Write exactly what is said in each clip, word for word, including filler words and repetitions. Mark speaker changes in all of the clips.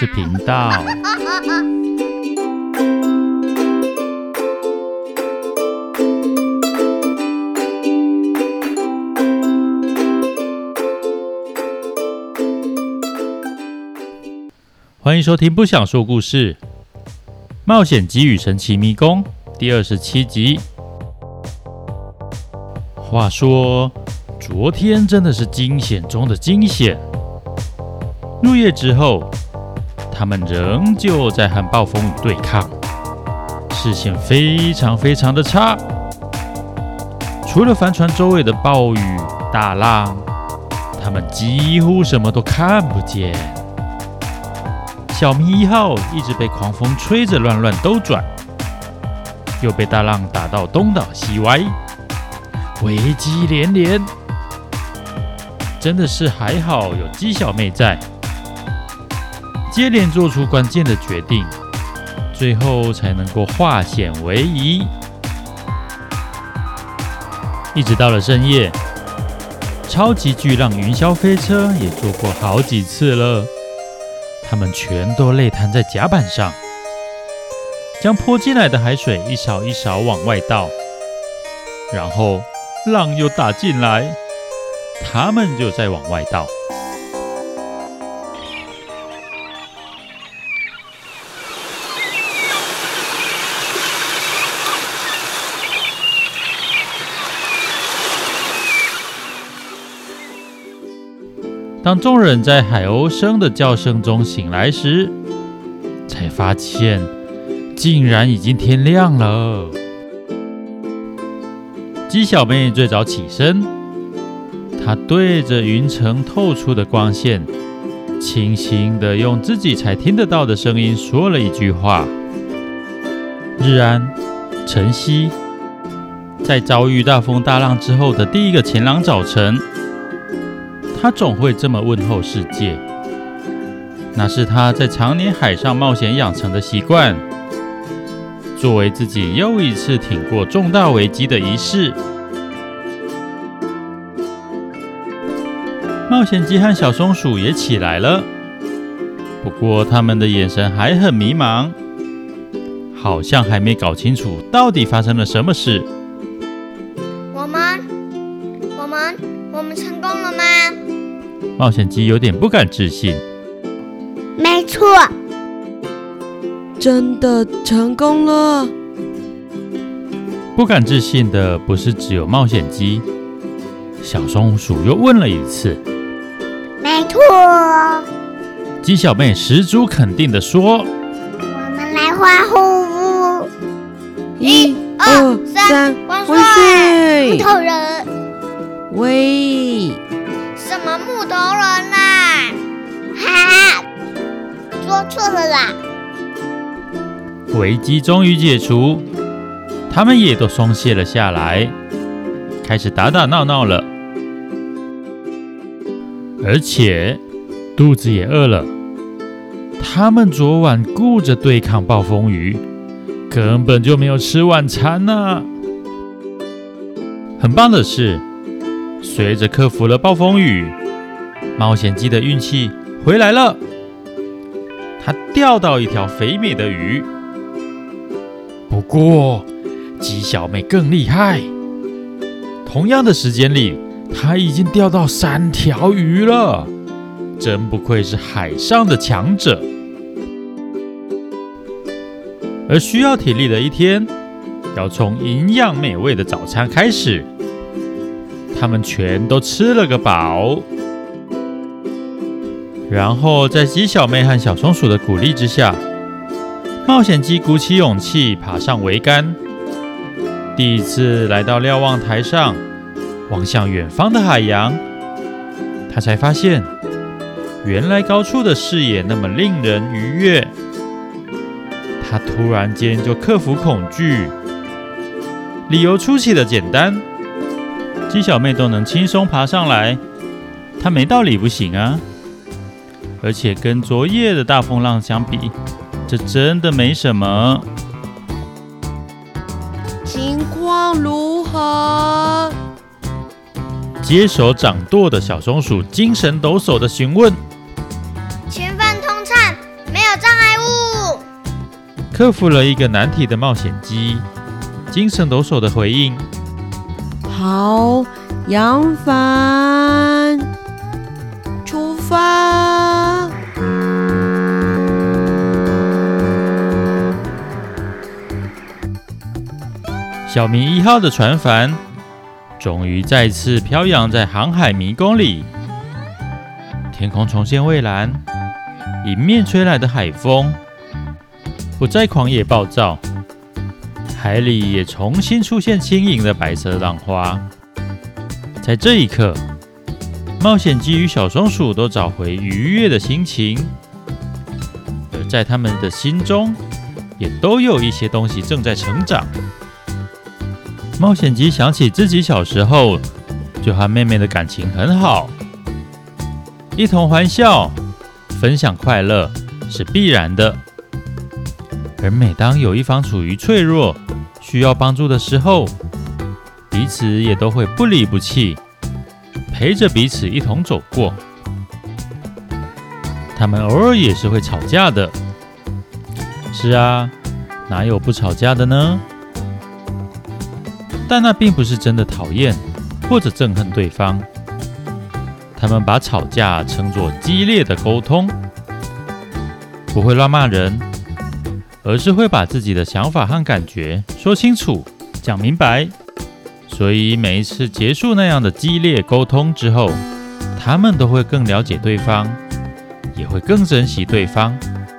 Speaker 1: 事频道。欢迎收听《不想说故事：冒险鸡与神奇迷宫》第二十七集。话说，昨天真的是惊险中的惊险。入夜之后，他们仍旧在和暴风雨对抗，视线非常非常的差。除了帆船周围的暴雨大浪，他们几乎什么都看不见。小明一号一直被狂风吹着乱乱兜转，又被大浪打到东倒西歪，危机连连。真的是还好有鸡小妹在，接连做出关键的决定，最后才能够化险为夷。一直到了深夜，超级巨浪云霄飞车也做过好几次了。他们全都累瘫在甲板上，将泼进来的海水一勺一勺往外倒，然后浪又打进来，他们就再往外倒。当众人在海鸥声的叫声中醒来时，才发现竟然已经天亮了。鸡小妹最早起身，她对着云层透出的光线，轻轻地用自己才听得到的声音说了一句话：日安，晨曦。在遭遇大风大浪之后的第一个晴朗早晨，他总会这么问候世界，那是他在常年海上冒险养成的习惯，作为自己又一次挺过重大危机的仪式。冒险鸡和小松鼠也起来了，不过他们的眼神还很迷茫，好像还没搞清楚到底发生了什么事。
Speaker 2: 我们，我们，我们成功了吗？
Speaker 1: 冒险鸡有点不敢置信。
Speaker 2: 没错，
Speaker 3: 真的成功了。
Speaker 1: 不敢置信的不是只有冒险鸡，小松鼠又问了一次。
Speaker 2: 没错，
Speaker 1: 鸡小妹十足肯定地说：
Speaker 2: 我们来画虎。
Speaker 3: 一二三，
Speaker 2: 万
Speaker 3: 万岁！
Speaker 2: 木头人，
Speaker 3: 喂，
Speaker 2: 什么木头人啦？哈，说错了啦。
Speaker 1: 危机终于解除，他们也都松懈了下来，开始打打闹闹了，而且肚子也饿了。他们昨晚顾着对抗暴风雨，根本就没有吃晚餐啊。很棒的是，随着克服了暴风雨，冒险鸡的运气回来了。他钓到一条肥美的鱼，不过鸡小妹更厉害。同样的时间里，她已经钓到三条鱼了，真不愧是海上的强者。而需要体力的一天，要从营养美味的早餐开始。他们全都吃了个饱，然后在鸡小妹和小松鼠的鼓励之下，冒险鸡鼓起勇气爬上桅杆，第一次来到瞭望台上，望向远方的海洋。他才发现，原来高处的视野那么令人愉悦。他突然间就克服恐惧，理由出奇的简单，鸡小妹都能轻松爬上来，她没道理不行啊！而且跟昨夜的大风浪相比，这真的没什么。
Speaker 3: 情况如何？
Speaker 1: 接手掌舵的小松鼠精神抖擞的询问：
Speaker 2: 前方通畅，没
Speaker 1: 克服了一个难题的冒险鸡，精神抖擞的回应：
Speaker 3: 好，扬帆，出发！
Speaker 1: 小明一号的船帆终于再次飘扬在航海迷宫里，天空重现蔚蓝，迎面吹来的海风不再狂野暴躁，海里也重新出现轻盈的白色浪花。在这一刻，冒险鸡与小松鼠都找回愉悦的心情，而在他们的心中，也都有一些东西正在成长。冒险鸡想起自己小时候就和妹妹的感情很好，一同欢笑，分享快乐是必然的。而每当有一方处于脆弱、需要帮助的时候，彼此也都会不离不弃，陪着彼此一同走过。他们偶尔也是会吵架的，是啊，哪有不吵架的呢？但那并不是真的讨厌或者憎恨对方，他们把吵架称作激烈的沟通，不会乱骂人，而是会把自己的想法和感觉说清楚、讲明白。所以每一次结束那样的激烈沟通之后，他们都会更了解对方，也会更珍惜对方，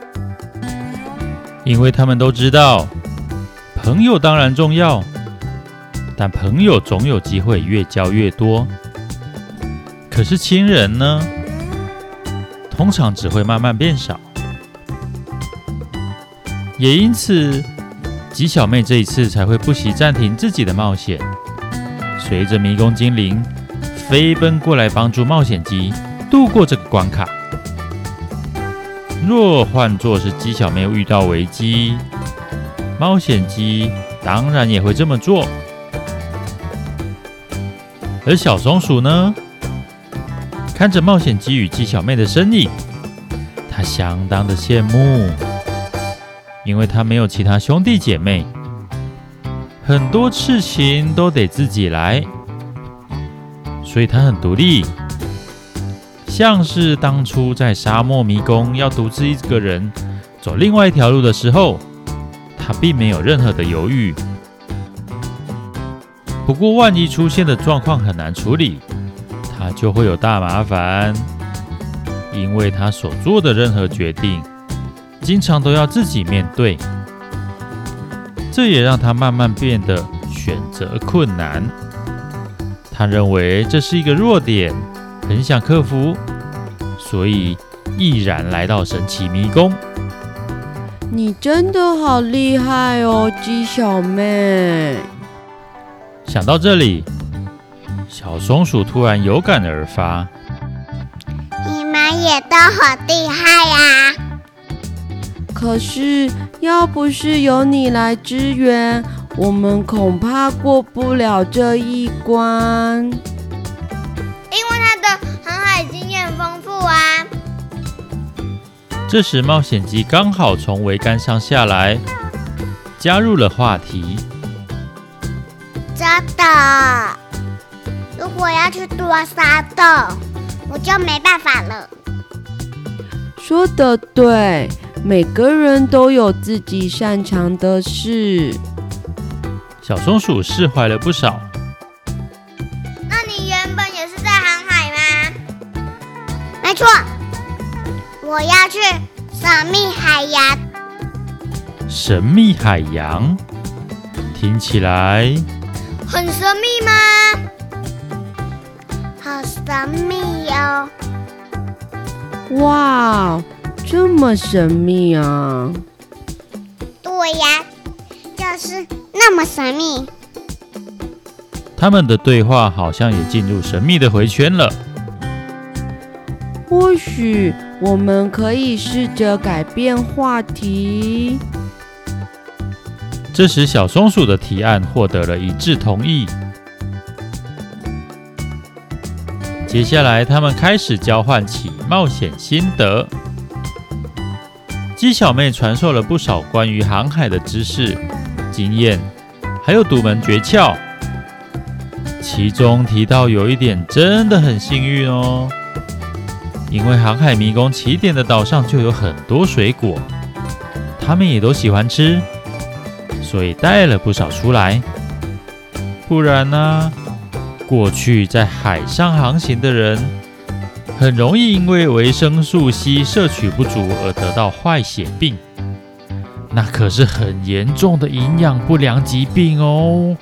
Speaker 1: 因为他们都知道，朋友当然重要，但朋友总有机会越交越多。可是亲人呢，通常只会慢慢变少。也因此，鸡小妹这一次才会不惜暂停自己的冒险，随着迷宫精灵飞奔过来帮助冒险鸡度过这个关卡。若换作是鸡小妹遇到危机，冒险鸡当然也会这么做。而小松鼠呢，看着冒险鸡与鸡小妹的身影，它相当的羡慕，因为它没有其他兄弟姐妹，很多事情都得自己来，所以它很独立。像是当初在沙漠迷宫要独自一个人走另外一条路的时候，它并没有任何的犹豫。不过万一出现的状况很难处理，他就会有大麻烦，因为他所做的任何决定经常都要自己面对，这也让他慢慢变得选择困难。他认为这是一个弱点，很想克服，所以毅然来到神奇迷宫。
Speaker 3: 你真的好厉害哦，鸡小妹！
Speaker 1: 想到这里，小松鼠突然有感而发：
Speaker 2: 你们也都好厉害呀！
Speaker 3: 可是要不是有你来支援，我们恐怕过不了这一关。
Speaker 2: 因为他的航海经验丰富啊！
Speaker 1: 这时，冒险鸡刚好从桅杆上下来，加入了话题。
Speaker 2: 真的，如果要去多沙洞，我就没办法了。
Speaker 3: 说得对，每个人都有自己擅长的事。
Speaker 1: 小松鼠释怀了不少。
Speaker 2: 那你原本也是在航海吗？没错，我要去神秘海洋。
Speaker 1: 神秘海洋，听起来
Speaker 2: 很神秘吗？好神秘哦！
Speaker 3: 哇，这么神秘啊！
Speaker 2: 对呀，就是那么神秘。
Speaker 1: 他们的对话好像也进入神秘的回圈了。
Speaker 3: 或许我们可以试着改变话题。
Speaker 1: 这时，小松鼠的提案获得了一致同意。接下来，他们开始交换起冒险心得。 鸡小妹传授了不少关于航海的知识、经验，还有独门诀窍。其中提到有一点真的很幸运哦，因为航海迷宫起点的岛上就有很多水果，他们也都喜欢吃，所以带了不少出来。不然呢，过去在海上航行的人，很容易因为维生素 C 摄取不足而得到坏血病，那可是很严重的营养不良疾病哦。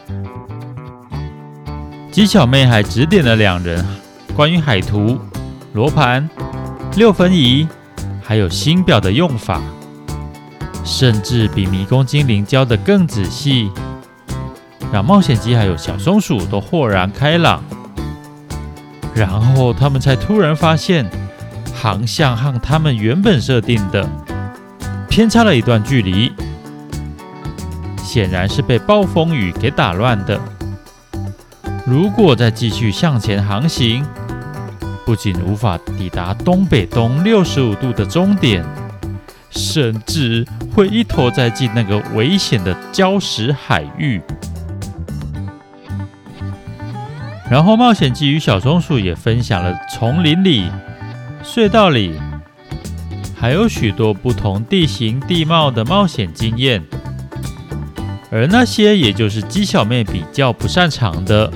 Speaker 1: 鸡小妹还指点了两人关于海图、罗盘、六分仪，还有星表的用法，甚至比迷宫精灵教得更仔细，让冒险鸡还有小松鼠都豁然开朗。然后他们才突然发现，航向和他们原本设定的偏差了一段距离，显然是被暴风雨给打乱的。如果再继续向前航行，不仅无法抵达东北东六十五度的终点，甚至会一头栽进那个危险的礁石海域。然后冒险鸡与小松鼠也分享了丛林里、隧道里，还有许多不同地形地貌的冒险经验，而那些也就是鸡小妹比较不擅长的。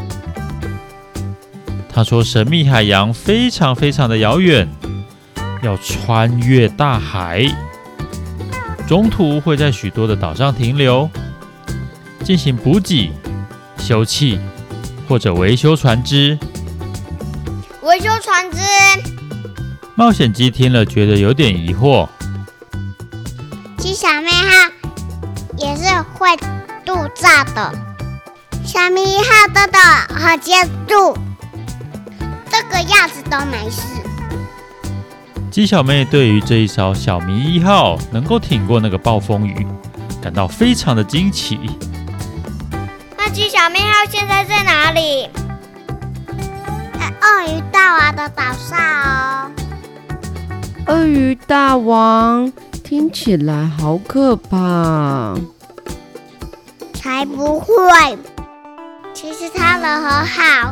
Speaker 1: 她说神秘海洋非常非常的遥远，要穿越大海，中途会在许多的岛上停留，进行补给、休憩或者维修船只。
Speaker 2: 维修船只。
Speaker 1: 冒险鸡听了觉得有点疑惑。
Speaker 2: 鸡小妹号也是会度假的，小咪一号豆豆和接住，这个样子都没事。
Speaker 1: 鸡小妹对于这一艘小迷一号能够挺过那个暴风雨，感到非常的惊奇。
Speaker 2: 那鸡小妹号现在在哪里？在鳄鱼大王的岛上哦。
Speaker 3: 鳄鱼大王听起来好可怕。
Speaker 2: 才不会，其实他人很好。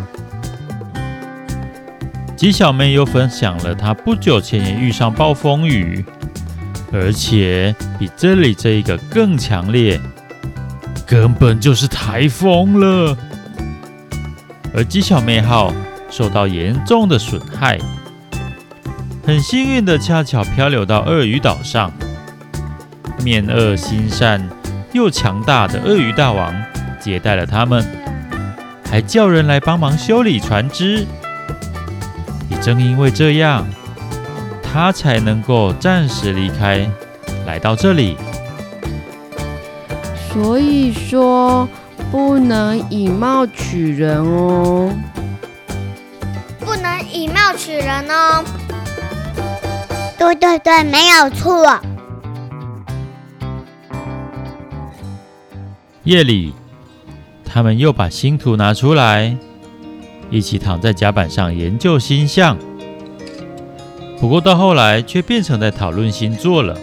Speaker 1: 鸡小妹又分享了她不久前也遇上暴风雨，而且比这里这一个更强烈，根本就是台风了。而鸡小妹号受到严重的损害，很幸运的恰巧漂流到鳄鱼岛上。面恶心善又强大的鳄鱼大王接待了他们，还叫人来帮忙修理船只。也正因为这样，他才能够暂时离开，来到这里。
Speaker 3: 所以说不能以貌取人哦。
Speaker 2: 不能以貌取人哦。对对对，没有错。
Speaker 1: 夜里，他们又把星图拿出来，一起躺在甲板上研究星象。不过到后来却变成在讨论星座了。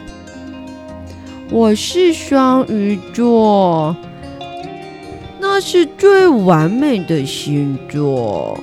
Speaker 3: 我是双鱼座，那是最完美的星座。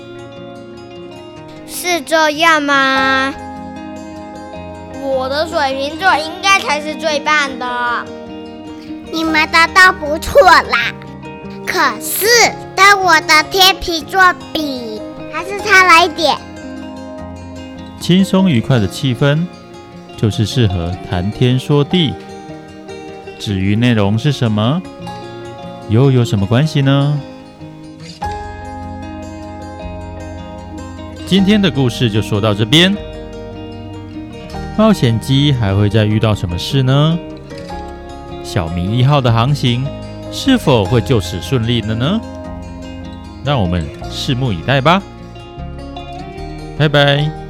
Speaker 2: 是这样吗？我的水瓶座应该才是最棒的。你们的都不错啦，可是跟我的天秤座比，还是差了一点。
Speaker 1: 轻松愉快的气氛，就是适合谈天说地。至于内容是什么，又有什么关系呢？今天的故事就说到这边。冒险鸡还会再遇到什么事呢？小明一号的航行是否会就此顺利的呢？让我们拭目以待吧。拜拜。